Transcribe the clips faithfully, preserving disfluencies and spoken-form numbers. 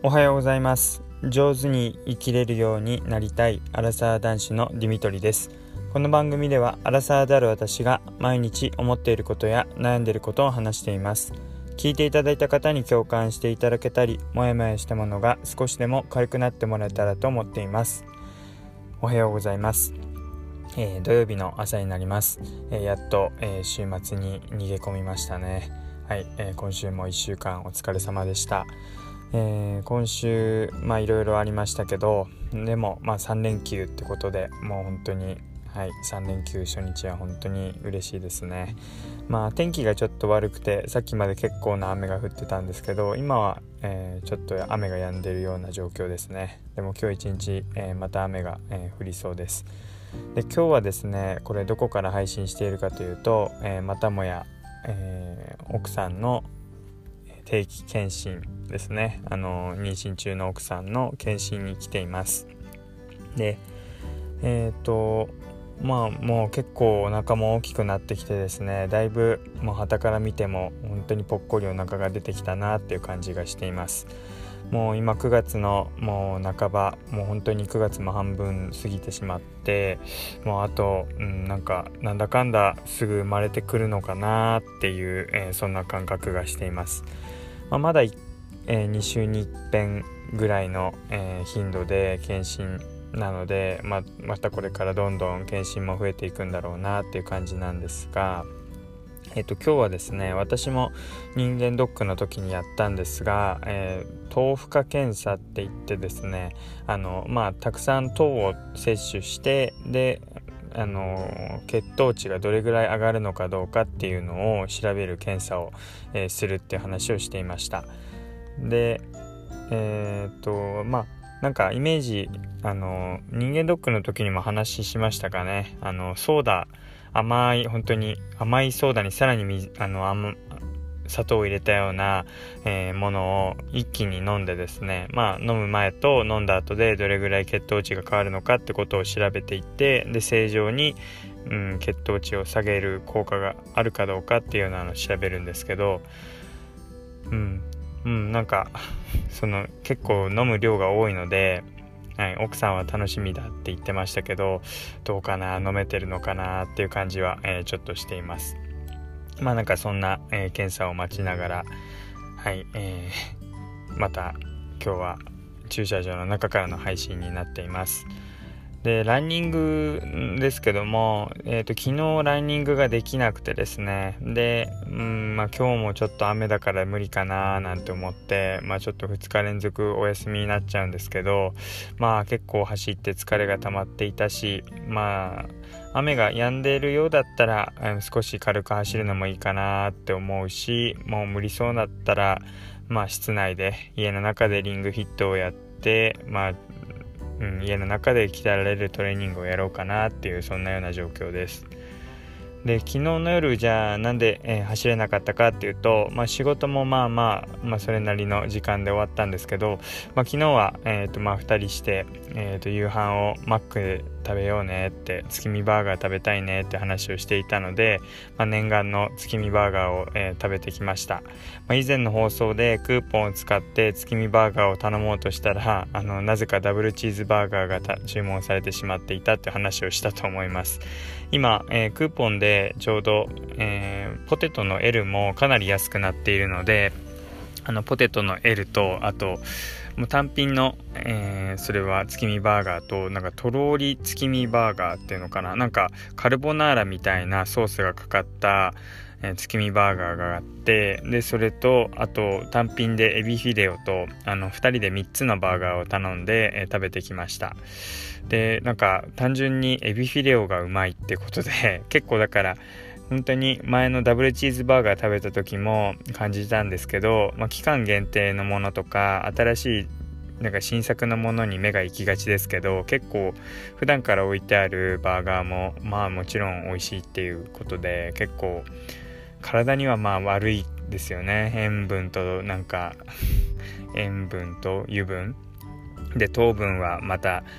おはようございます。上手に生きれるようになりたいアラサー男子のディミトリです。この番組ではアラサーである私が毎日思っていることや悩んでいることを話しています。聞いていただいた方に共感していただけたり、もやもやしたものが少しでも軽くなってもらえたらと思っています。おはようございます。えー、土曜日の朝になります。えー、やっと、えー、週末に逃げ込みましたね。はい、えー、今週もいっしゅうかんお疲れ様でした。えー、今週まあいろいろありましたけど、でもまあさん連休ってことで、もう本当にはいさん連休初日は本当に嬉しいですね。まあ天気がちょっと悪くて、さっきまで結構な雨が降ってたんですけど、今は、えー、ちょっと雨が止んでいるような状況ですね。でも今日一日、えー、また雨が、えー、降りそうです。で今日はですね、これどこから配信しているかというと、えー、またもや、えー、奥さんの定期検診ですね。あの妊娠中の奥さんの検診に来ています。でえっ、ー、とまあもう結構お腹も大きくなってきてですね、だいぶもう傍から見ても本当にぽっこりお腹が出てきたなっていう感じがしています。もう今くがつのもう半ば、もう本当にくがつも半分過ぎてしまって、もうあと、うん、なんかなんだかんだすぐ生まれてくるのかなっていう、えー、そんな感覚がしています。まあ、まだ、えー、に週にいっぺんぐらいの、えー、頻度で検診なので、まあ、またこれからどんどん検診も増えていくんだろうなっていう感じなんですが、えっと、今日はですね、私も人間ドックの時にやったんですが、えー、糖負荷検査って言ってですね、あの、まあ、たくさん糖を摂取して、であの血糖値がどれぐらい上がるのかどうかっていうのを調べる検査を、えー、するっていう話をしていました。でえー、っとまあなんかイメージ、あの人間ドックの時にも話しましたかね。あのソーダ、甘い本当に甘いソーダにさらに水あの甘砂糖を入れたような、えー、ものを一気に飲んでですね、まあ飲む前と飲んだ後でどれぐらい血糖値が変わるのかってことを調べていって、で正常に、うん、血糖値を下げる効果があるかどうかっていうのを調べるんですけど、うんうん、なんかその結構飲む量が多いので、はい、奥さんは楽しみだって言ってましたけど、どうかな、飲めてるのかなっていう感じは、えー、ちょっとしています。まあなんかそんな、えー、検査を待ちながら、はい、えー、また今日は駐車場の中からの配信になっています。でランニングですけども、えーと、昨日ランニングができなくてですね、で、うんまあ、今日もちょっと雨だから無理かななんて思って、まあ、ちょっとふつか連続お休みになっちゃうんですけど、まあ結構走って疲れが溜まっていたし、まあ雨が止んでいるようだったら、うん、少し軽く走るのもいいかなって思うし、もう無理そうだったら、まあ室内で家の中でリングフィットをやって、まあうん、家の中で鍛えられるトレーニングをやろうかなっていう、そんなような状況です。で昨日の夜じゃあなんで、えー、走れなかったかっていうと、まあ、仕事もまあまあ、まあ、それなりの時間で終わったんですけど、まあ、昨日は、えーとまあ、ふたりして、えーと夕飯をマックで食べようねって、月見バーガー食べたいねって話をしていたので、まあ、念願の月見バーガーを、えー、食べてきました。まあ、以前の放送でクーポンを使って月見バーガーを頼もうとしたら、あのなぜかダブルチーズバーガーが注文されてしまっていたって話をしたと思います。今、えー、クーポンでちょうど、えー、ポテトの L もかなり安くなっているので、あのポテトの L と、あともう単品の、えー、それは月見バーガーと、なんかとろり月見バーガーっていうのかな、なんかカルボナーラみたいなソースがかかった、えー、月見バーガーがあって、でそれとあと単品でエビフィレオと、あのふたりでみっつのバーガーを頼んで、えー、食べてきました。でなんか単純にエビフィレオがうまいってことで、結構だから本当に前のダブルチーズバーガー食べた時も感じたんですけど、まあ、期間限定のものとか新しいなんか新作のものに目が行きがちですけど、結構普段から置いてあるバーガーもまあもちろん美味しいっていうことで、結構体にはまあ悪いですよね。塩分となんか塩分と油分で、糖分はまた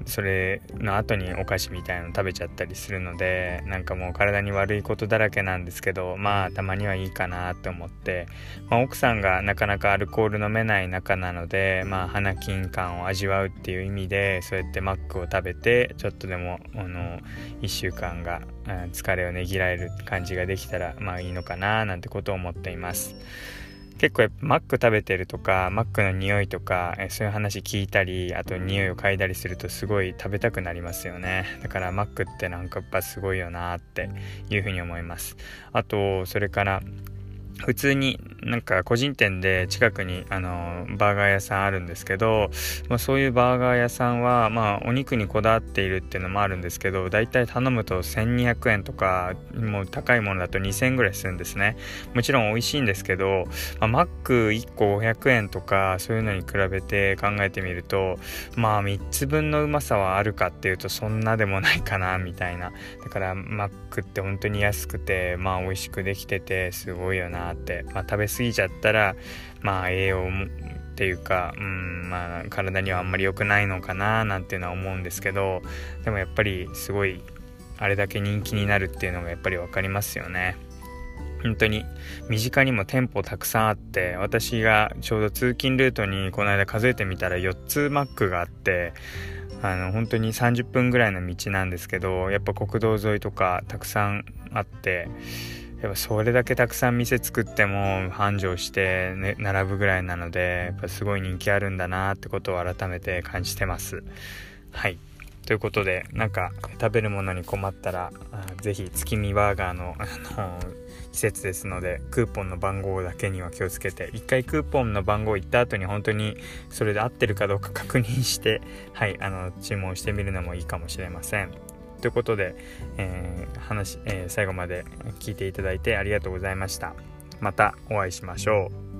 それの後にお菓子みたいなの食べちゃったりするので、なんかもう体に悪いことだらけなんですけど、まあたまにはいいかなと思って、まあ、奥さんがなかなかアルコール飲めない中なので、まあ花金感を味わうっていう意味でそうやってマックを食べてちょっとでもあのいっしゅうかんが、うん、疲れをねぎらえる感じができたらまあいいのかななんてことを思っています。結構やっぱマック食べてるとかマックの匂いとかえそういう話聞いたり、あと匂いを嗅いだりするとすごい食べたくなりますよね。だからマックってなんかやっぱすごいよなっていうふうに思います。あとそれから普通になんか個人店で近くにあのバーガー屋さんあるんですけど、まあ、そういうバーガー屋さんはまあお肉にこだわっているっていうのもあるんですけど、だいたい頼むとせんにひゃくえんとか、もう高いものだとにせんえんぐらいするんですね。もちろん美味しいんですけど、まあ、マックいっこごひゃくえんとかそういうのに比べて考えてみると、まあみっつぶんのうまさはあるかっていうとそんなでもないかなみたいな。だからマックって本当に安くてまあ美味しくできててすごいよなって、まあ、食べ過ぎちゃったらまあ栄養もっていうか、うん、まあ体にはあんまり良くないのかななんていうのは思うんですけど、でもやっぱりすごいあれだけ人気になるっていうのがやっぱり分かりますよね。本当に身近にも店舗たくさんあって、私がちょうど通勤ルートにこの間数えてみたらよっつマックがあって、あの本当にさんじゅっぷんぐらいの道なんですけど、やっぱ国道沿いとかたくさんあって、やっぱそれだけたくさん店作っても繁盛して、ね、並ぶぐらいなので、やっぱすごい人気あるんだなってことを改めて感じてます。はい、ということで、なんか食べるものに困ったらぜひ月見バーガーの、あの季節ですので、クーポンの番号だけには気をつけて、一回クーポンの番号言った後に本当にそれで合ってるかどうか確認して、はい、あの注文してみるのもいいかもしれません。ということで、えー話えー、最後まで聞いていただいてありがとうございました。またお会いしましょう。